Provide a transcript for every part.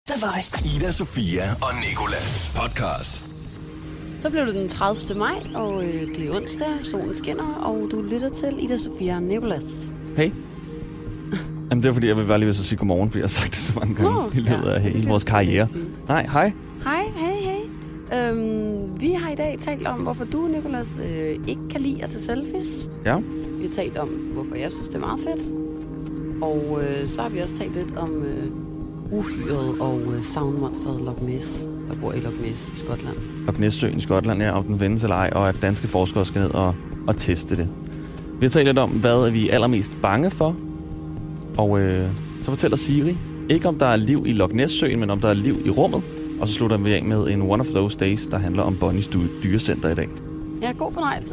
The Voice. Ida, Sofia og Nicolas podcast. Så blev det den 30. maj, og det er onsdag, solen skinner, og du lytter til Ida, Sofia og Nicolas. Hey. Jamen, det er fordi, jeg vil bare lige sige godmorgen, fordi jeg har sagt det så mange gange i løbet af hele vores karriere. Nej, hej. Hej, hey. Vi har i dag talt om, hvorfor du, Nicolas, ikke kan lide at tage selfies. Ja. Vi har talt om, hvorfor jeg synes, det er meget fedt. Og så har vi også talt lidt om uhyret og savnmonsteret Loch Ness, der bor i Loch Ness i Skotland. Loch Ness-søen i Skotland, ja, om den vendes eller ej, og at danske forskere skal ned og teste det. Vi har talt lidt om, hvad vi er allermest bange for. Og så fortæller Siri, ikke om der er liv i Loch Ness-søen, men om der er liv i rummet. Og så slutter vi af med en One of Those Days, der handler om Bonnies dyrecenter i dag. Ja, god fornøjelse.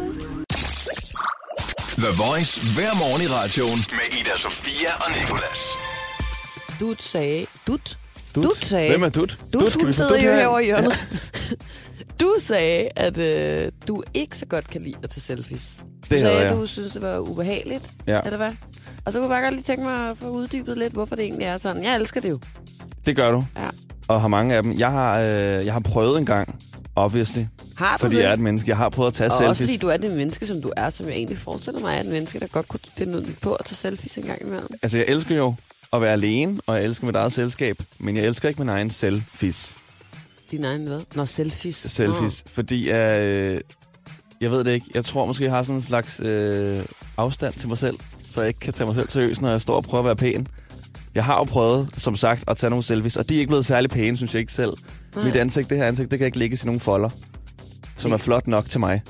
The Voice hver morgen i radioen med Ida, Sofia og Nicolas. Dut sagde... Dut? Hvem er Dut? Dut, skal vi sidder jo herovre i hjørnet. Ja. Du sagde, at du ikke så godt kan lide at tage selfies. Det sagde, jeg. At du synes, det var ubehageligt, ja. Eller hvad? Og så kunne jeg bare godt lige tænke mig at få uddybet lidt, hvorfor det egentlig er sådan. Jeg elsker det jo. Det gør du. Ja. Og har mange af dem. Jeg har prøvet en gang, obviously. Har du fordi det? jeg er et menneske. Jeg har prøvet at tage selfies. Og også fordi du er det menneske, som du er, som jeg egentlig forestiller mig, er et menneske, der godt kunne finde ud på at tage selfies en gang imellem. Altså, jeg elsker jo at være alene, og jeg elsker mit eget selskab. Men jeg elsker ikke min egen selfies. Din egen hvad? Nå, selfies. Selfies. Fordi jeg ved det ikke. Jeg tror måske, jeg har sådan en slags afstand til mig selv, så jeg ikke kan tage mig selv seriøst, når jeg står og prøver at være pæn. Jeg har jo prøvet, som sagt, at tage nogle selfies, og de er ikke blevet særlig pæne, synes jeg ikke selv. Nej. Mit ansigt, det kan ikke lægges i nogle folder, som er flot nok til mig.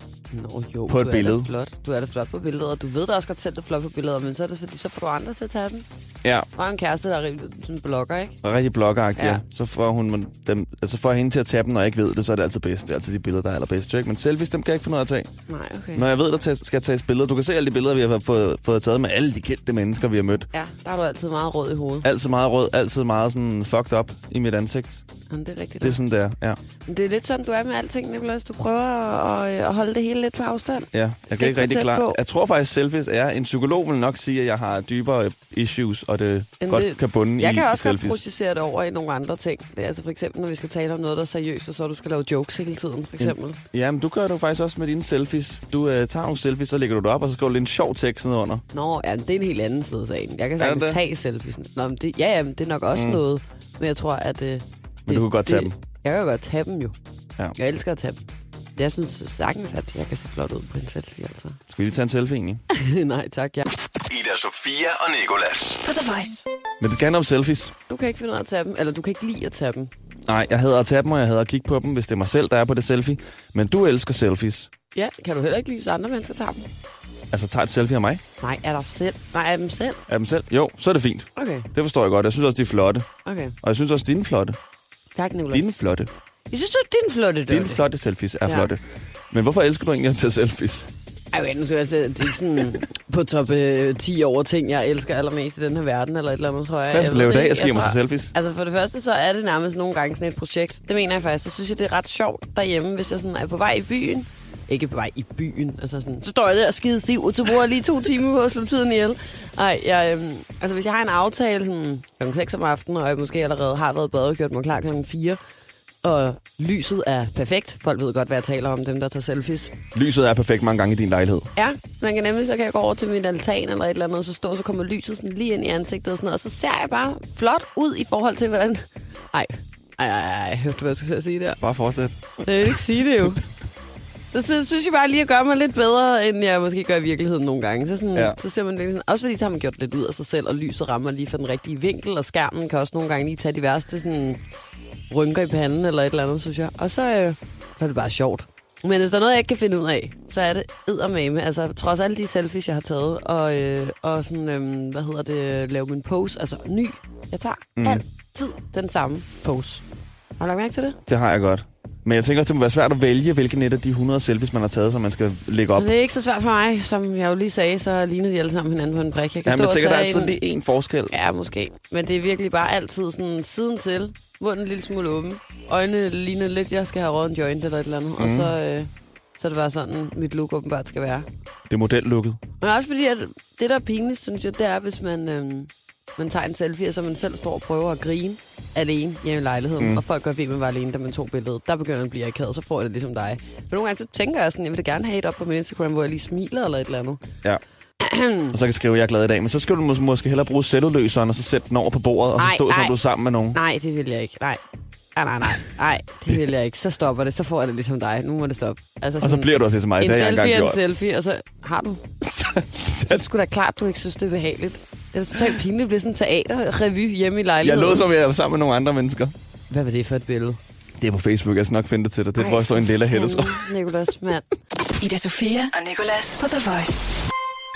Nå jo, på et billede. Du er da flot på billedet, og du ved da også godt selv, du er flot på billeder, men så er det fordi, så får du andre til at tage den. Ja. Og en kæreste, der er rigtig sådan en blogger, ikke? Og rigtig bloggeragtig, ja. Så får hun dem, altså får hende til at tage dem, når jeg ikke ved det, så er det altid bedst. Det er altid de billeder, der er allerbedst, ikke? Men selfies, dem kan jeg ikke finde ud af at tage. Nej, okay. Når jeg ved, der skal tages billeder. Du kan se alle de billeder, vi har fået taget med alle de kendte mennesker, vi har mødt. Ja, der er du altid meget rød i hovedet. Altid meget rød, altid meget sådan fucked up i mit ansigt. Jamen, det er rigtigt. Det er sådan der, ja. Men det er lidt sådan, du er med alting, Nicolas. Du prøver at holde det hele lidt på afstand. Ja, jeg kan ikke rigtig klare. Jeg tror faktisk, selfies er... En psykolog vil nok sige, at jeg har dybere issues, og det godt kan bunde i selfies. Jeg kan også godt processere det over i nogle andre ting. Det er altså for eksempel, når vi skal tale om noget, der er seriøst, og så du skal lave jokes hele tiden, for eksempel. Ja, men du gør det faktisk også med dine selfies. Du tager nogle selfies, så lægger du det op, og så skriver du lidt en sjov tekst ned under. Nå, ja, det er en helt anden side af sagen. Jeg kan sagtens tage selfies. Nå, men det er nok også noget, men jeg tror, at... men du kan godt tage dem. Jeg kan jo godt tage dem, jo. Ja. Jeg elsker at tage dem. Jeg synes sagtens, at jeg kan se flot ud på en selfie, altså. Skal vi lige tage en selfie, egentlig? Nej, tak, ja. Ida, Sofia og Nicolas. For The Voice. Men det skal handle om selfies. Du kan ikke finde ud af at tage dem, eller du kan ikke lide at tage dem. Nej, jeg hader at tage dem, og jeg hader at kigge på dem, hvis det er mig selv, der er på det selfie. Men du elsker selfies. Ja, kan du heller ikke lide, at andre mennesker tager dem? Altså, tager et selfie af mig? Nej, er der selv? Nej, er dem selv? Er dem selv? Jo, så er det fint. Okay. Det forstår jeg godt. Jeg synes også, de er flotte. Okay. Og jeg synes også, dine flotte. Tak, Nicolas. Dine flotte. Jeg synes også, dine flotte. Dine flotte selfies er flotte. Men hvorfor elsker du egentlig at tage selfies? Ej, nu skal jeg sige, det er sådan på top 10 over ting, jeg elsker allermest i den her verden, eller et eller andet, tror jeg. Hvad skal du lave i dag? Jeg skal hjem og tage selfies. Altså for det første, så er det nærmest nogle gange sådan et projekt. Det mener jeg faktisk. Så synes jeg, det er ret sjovt derhjemme, hvis jeg sådan er på vej i byen. Ikke på vej i byen. Altså sådan, så står jeg der og skide stiv, og så bruger jeg lige 2 timer på at slå tiden ihjel. Ej, altså hvis jeg har en aftale sådan kl. 6 om aftenen, og jeg måske allerede har været bad og gjort mig klar kl. 4, og lyset er perfekt. Folk ved godt, hvad jeg taler om, dem der tager selfies. Lyset er perfekt mange gange i din lejlighed. Ja, man kan nemlig, så kan jeg gå over til min altan eller et eller andet, og så kommer lyset sådan lige ind i ansigtet og sådan noget, og så ser jeg bare flot ud i forhold til, hvordan... Ej, hørte du, hvad jeg skulle sige der? Bare fortsæt. Jeg vil ikke sige det jo. Så synes jeg bare lige at gøre mig lidt bedre, end jeg måske gør i virkeligheden nogle gange. Så, sådan, så ser man virkelig sådan... Også fordi så har man gjort lidt ud af sig selv, og lyset rammer lige for den rigtige vinkel, og skærmen kan også nogle gange lige tage de værste sådan... rynker i panden eller et eller andet, synes jeg. Og så er det bare sjovt. Men hvis der er noget, jeg ikke kan finde ud af, så er det eddermame. Altså, trods alle de selfies, jeg har taget, og sådan, lave min pose, altså ny. Jeg tager altid den samme pose. Har du lagt mærke til det? Det har jeg godt. Men jeg tænker også, det må være svært at vælge, hvilken et af de 100 selfies, man har taget, som man skal lægge op. Det er ikke så svært for mig. Som jeg jo lige sagde, så ligner de alle sammen hinanden på en brik. Jeg kan men jeg tænker, der er altid lige en forskel. Ja, måske. Men det er virkelig bare altid sådan siden til. Munden en lille smule åben. Øjnene ligner lidt, jeg skal have røget en joint eller et eller andet. Og så er det bare sådan, mit look åbenbart skal være. Det er modellooket. Men også fordi, at det der er pinligt, synes jeg, det er, hvis man man tager en selfie, og så man selv står og prøver at grine alene hjemme i lejligheden, og folk går ved, man var alene, da man tog billedet. Der begynder man at blive akavet, så får jeg det ligesom dig. Men nogle gange så tænker jeg sådan, jeg vil da gerne have et op på min Instagram, hvor jeg lige smiler eller et eller andet. Ja. Og så kan skrive, jeg er glad i dag. Men så skal du måske hellere bruge selvudløseren, og så sætte den over på bordet, og så stå, som du er sammen med nogen. Nej, det vil jeg ikke. Nej, det vil jeg ikke. Så stopper det, så får jeg det ligesom dig. Nu må det stoppe. Altså og så bliver du også ligesom mig. En selfie, og så har du. Så er det sgu da klart, du ikke synes, det er behageligt. Det er totalt pinligt, det bliver sådan en teaterrevy hjemme i lejligheden. Jeg lå som jeg var sammen med nogle andre mennesker. Hvad var det for et billede? Det er på Facebook, jeg skal nok finde det til dig. Det er, hvor jeg står en lille hætte, tror Nicolas, mand. Ida Sofia og Nicolas på The Voice.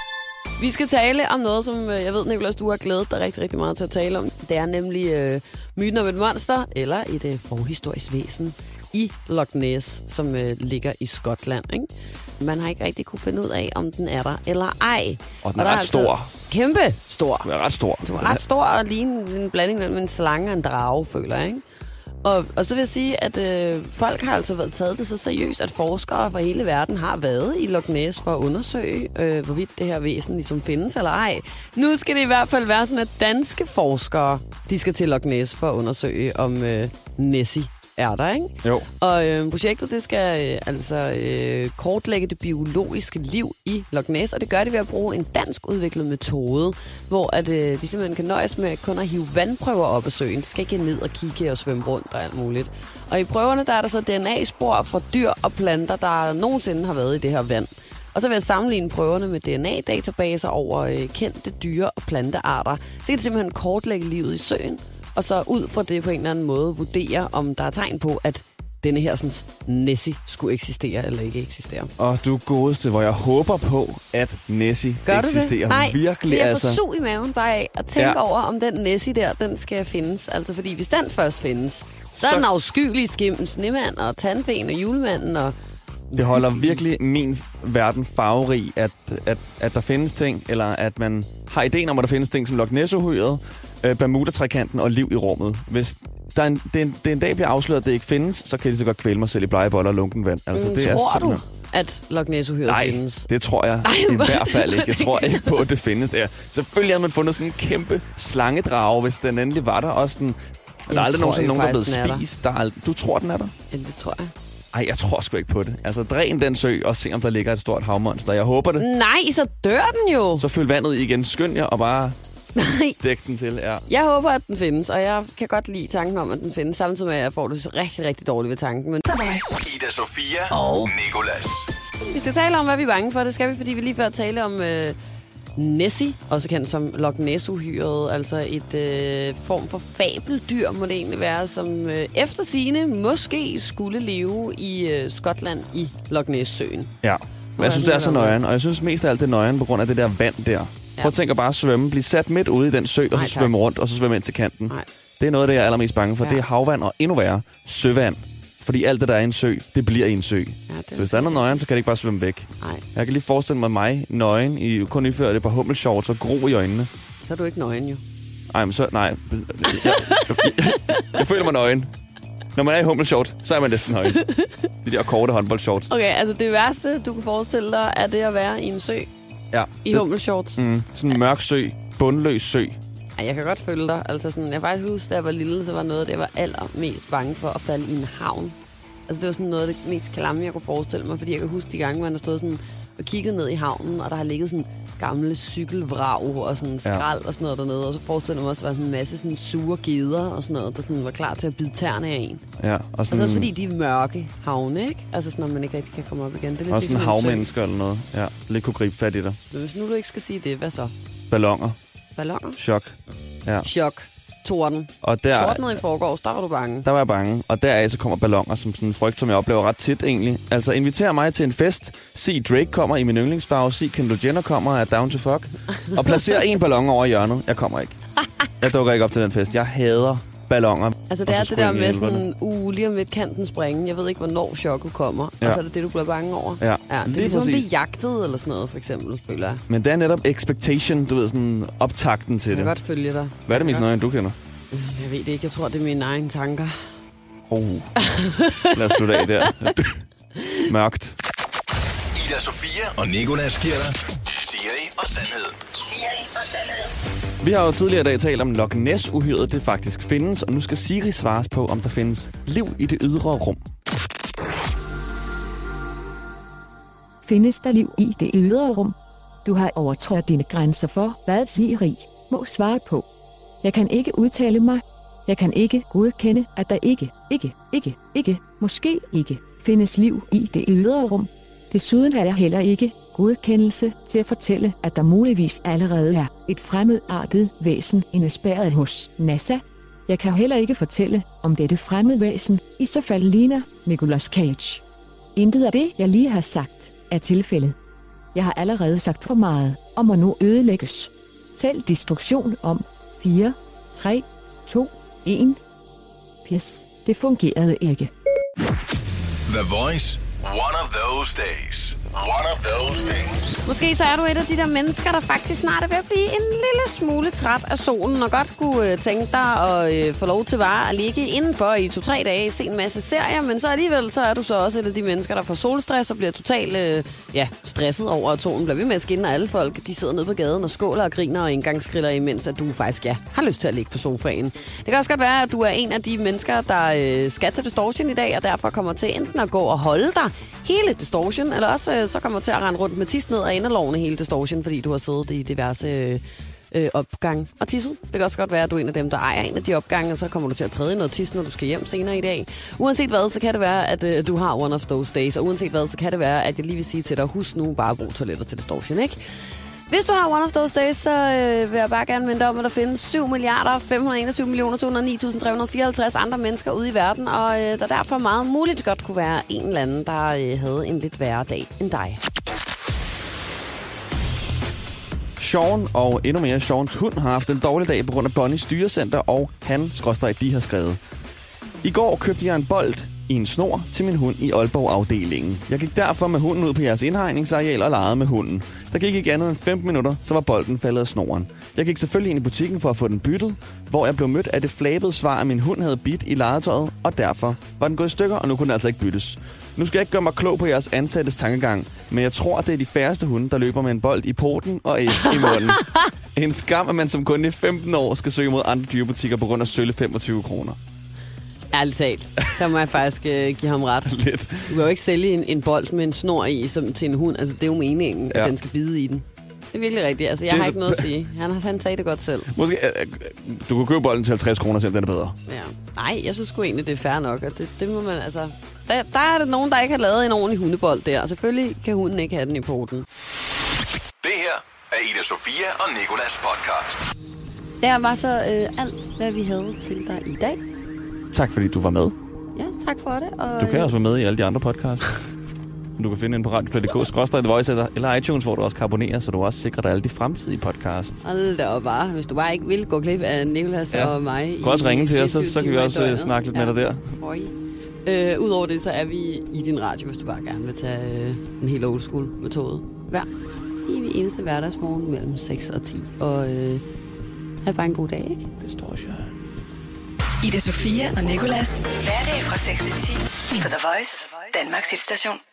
Vi skal tale om noget, som jeg ved, Nicolas, du har glædet dig rigtig, rigtig meget til at tale om. Det er nemlig myten om et monster, eller et forhistorisk væsen i Loch Ness, som ligger i Skotland. Ikke? Man har ikke rigtig kunne finde ud af, om den er der eller ej. Og den er ret stor. Kæmpe stor. Den er ret stor. Den er ret stor og lige en blanding mellem en slange og en drage, føler jeg, ikke? Og så vil jeg sige, at folk har altså været taget det så seriøst, at forskere fra hele verden har været i Loch Ness for at undersøge, hvorvidt det her væsen ligesom findes eller ej. Nu skal det i hvert fald være sådan, at danske forskere, de skal til Loch Ness for at undersøge, om Nessie er der, ikke? Jo. Og projektet, det skal kortlægge det biologiske liv i Loch Ness, og det gør det ved at bruge en dansk udviklet metode, hvor at, de simpelthen kan nøjes med kun at hive vandprøver op af søen. Det skal ikke ned og kigge og svømme rundt og alt muligt. Og i prøverne, der er der så DNA-spor fra dyr og planter, der nogensinde har været i det her vand. Og så vil jeg sammenligne prøverne med DNA-databaser over kendte dyre- og plantearter. Så kan det simpelthen kortlægge livet i søen, og så ud fra det på en eller anden måde vurdere, om der er tegn på, at denne her sådan, Nessie skulle eksistere eller ikke eksistere. Og du er godeste, hvor jeg håber på, at Nessie eksisterer. Nej, virkelig, jeg får sug i maven bare af at tænke over, om den Nessie der, den skal findes. Altså, fordi hvis den først findes, så er den afskyelige snemand og tandfen og julemanden og... Det holder virkelig min verden farverig, at der findes ting, eller at man har ideen om, at der findes ting som Loch Ness-uhyret, Bermuda-trekanten og liv i rummet. Hvis det en dag bliver afsløret, at det ikke findes, så kan de så godt kvæle mig selv i blegeboller og lunken vand. Altså, det tror er du, at Loch Ness-uhyret findes? Nej, det tror jeg i hvert fald ikke. Jeg tror ikke på, at det findes der. Selvfølgelig havde man fundet sådan en kæmpe slangedrage, hvis den endelig var der. Også den, der er aldrig nogensinde nogen, der er blevet spist. Du tror, den er der? Ja, det tror jeg. Ej, jeg tror sgu ikke på det. Altså, dræn den sø og se, om der ligger et stort havmonster. Jeg håber det. Nej, så dør den jo. Så fyld vandet igen, skynd jer og bare dæk den til. Ja. Jeg håber, at den findes, og jeg kan godt lide tanken om, at den findes, samtidig med, at jeg får det så rigtig, rigtig dårligt ved tanken. Men... Ida Sofia og Nicolas. Vi skal tale om, hvad vi er bange for. Det skal vi, fordi vi lige før tale om Nessie, også kendt som Loch Ness-uhyret, altså et form for fabeldyr, må det egentlig være, som efter sigende måske skulle leve i Skotland i Loch Ness-søen. Ja, men jeg synes, det er så nøjeren, og jeg synes mest af alt det er nøjeren på grund af det der vand der. Prøv at tænke at bare svømme, blive sat midt ude i den sø, og så svømme rundt, og så svømme ind til kanten. Nej. Det er noget af det, jeg er allermest bange for. Ja. Det er havvand, og endnu værre, søvand. Fordi alt det, der er i en sø, det bliver i en sø. Ja, så hvis der er noget nøgen, så kan det ikke bare svømme væk. Nej. Jeg kan lige forestille mig nøgen, kun iført et par hummelshorts og gro i øjnene. Så er du ikke nøgen, jo. Ej, men så... Nej. Jeg føler mig nøgen. Når man er i hummelshorts, så er man næsten nøgen. De der korte håndboldshorts. Okay, altså det værste, du kan forestille dig, er det at være i en sø. Ja. I hummelshorts. Sådan en mørk sø. Bundløs sø. Ej, jeg kan godt følge dig. Altså sådan, jeg faktisk husker, da jeg var lille, så var noget af det, jeg var allermest bange for at falde i en havn. Altså det var sådan noget af det mest klamme, jeg kunne forestille mig, fordi jeg kan huske de gange, hvor man har stået sådan og kigget ned i havnen, og der har ligget sådan gamle cykelvrag og sådan skrald og sådan noget dernede, og så forestiller jeg mig også, at der var sådan en masse sådan sure geder og sådan noget, der sådan var klar til at bide tærne af en. Ja, og sådan... Altså også fordi de er mørke havne, ikke? Altså sådan, når man ikke rigtig kan komme op igen. Det er lidt også sådan havmennesker eller noget. Ja, lidt kunne gribe fat i dig. Men hvis nu du ikke skal sige det, hvad så? Balloner. Balloner? Chok. Ja. Chok. Torden. Tordnet i forgårs, der var du bange. Der var jeg bange, og deraf så kommer balloner som sådan en frygt, som jeg oplever ret tit egentlig. Altså inviter mig til en fest, sig Drake kommer i min yndlingsfarve, sig Kendall Jenner kommer af Down to Fuck, og placer en ballon over hjørnet. Jeg kommer ikke. Jeg dukker ikke op til den fest. Jeg hader balloner. Altså det er det der med sådan, lige om midtkanten springen. Jeg ved ikke, hvornår chokket kommer. Ja. Og så er det det, du bliver bange over. Ja, det er ligesom at blive jagtet eller sådan noget, for eksempel, føler jeg. Men det er netop expectation, du ved, sådan optakten til det. Jeg kan godt følge dig. Hvad er det mest nøje, du kender? Jeg ved det ikke. Jeg tror, det er mine egne tanker. Lad os slutte af der. Mørkt. Ida Sofia og Nicolas giver dig Siri og Sandhed. Vi har jo tidligere i dag talt om Loch Ness-uhyret, det faktisk findes, og nu skal Siri svares på, om der findes liv i det ydre rum. Findes der liv i det ydre rum? Du har overtrådt dine grænser for, hvad Siri må svare på. Jeg kan ikke udtale mig. Jeg kan ikke godkende, at der ikke, måske ikke, findes liv i det ydre rum. Desuden har jeg heller ikke godkendelse til at fortælle, at der muligvis allerede er et fremmedartet væsen indespærret hos NASA. Jeg kan heller ikke fortælle, om dette fremmede væsen i så fald ligner Nicolas Cage. Intet af det, jeg lige har sagt, er tilfældet. Jeg har allerede sagt for meget, og må nu ødelægges. Selv destruktion om 4, 3, 2, 1. Pis, det fungerede ikke. The Voice. One of those days. One of those days. Måske så er du et af de der mennesker, der faktisk snart er ved at blive en lille smule træt af solen, og godt kunne tænke dig at få lov til bare at ligge indenfor i 2-3 dage, se en masse serier, men så alligevel så er du så også et af de mennesker, der får solstress og bliver totalt stresset over, at solen bliver ved med at skinne, og alle folk de sidder nede på gaden og skåler og griner og indgangsgriller, imens at du faktisk har lyst til at ligge på sofaen. Det kan også godt være, at du er en af de mennesker, der skal til Distortion i dag, og derfor kommer til enten at gå og holde dig hele Distortion, eller også så kommer til at rende rundt med tis ned og inderlovene hele Distortion, fordi du har siddet i diverse opgang og tisset. Det kan også godt være, at du er en af dem, der ejer en af de opgange, og så kommer du til at træde noget tis, når du skal hjem senere i dag. Uanset hvad, så kan det være, at du har one of those days, og uanset hvad, så kan det være, at jeg lige vil sige til dig, husk nu bare at bruge toiletter til Distortion, ikke? Hvis du har one of those days, så vil jeg bare gerne minde om, at der findes 7.521.209.354 andre mennesker ude i verden, og der derfor meget muligt godt kunne være en eller anden, der havde en lidt værre dag end dig. Sean og endnu mere Seans hund har haft en dårlig dag på grund af Bonnies dyrecenter, og de har skrevet: I går købte jeg en bold i en snor til min hund i Aalborg-afdelingen. Jeg gik derfor med hunden ud på jeres indhegningsareal og legede med hunden. Der gik ikke andet end 15 minutter, så var bolden faldet af snoren. Jeg gik selvfølgelig ind i butikken for at få den byttet, hvor jeg blev mødt af det flabede svar, at min hund havde bidt i legetøjet, og derfor var den gået i stykker, og nu kunne den altså ikke byttes. Nu skal jeg ikke gøre mig klog på jeres ansattes tankegang, men jeg tror, at det er de færreste hunde, der løber med en bold i porten og ikke i munden. En skam, at man som kun i 15 år skal søge mod andre dyrebutikker på grund af sølle 25 kroner. Ærligt talt, der må jeg faktisk give ham ret. Lidt. Du kan jo ikke sælge en bold med en snor i til en hund. Altså, det er jo meningen, at den skal bide i den. Det er virkelig rigtigt. Altså, jeg har ikke noget at sige. Han sagde det godt selv. Måske, du kunne købe bolden til 50 kroner, selvom den er bedre. Ja. Nej, jeg synes sgu egentlig, det er fair nok. Og det må man altså... Der er det nogen, der ikke har lavet en ordentlig hundebold der. Og selvfølgelig kan hunden ikke have den i poten. Det her er Ida Sofia og Nicolas podcast. Det var så alt, hvad vi havde til dig i dag. Tak fordi du var med. Ja, tak for det. Og du kan også være med i alle de andre podcasts. Du kan finde en på radioplay.dk/The Voice eller iTunes, hvor du også kan abonnere, så du også sikrer dig alle de fremtidige podcasts. Hold da op bare. Hvis du bare ikke vil gå glip af Nicolas og mig. Du kan også ringe til os, så kan vi også snakke lidt med dig der. Udover det, så er vi i din radio, hvis du bare gerne vil tage en helt old school metode. Hver eneste hverdagsmorgen mellem 6 og 10. Og have bare en god dag, ikke? Det står jeg. Ida Sofia og Nicolas. Hverdag fra 6 til 10 på The Voice, Danmarks hitstation.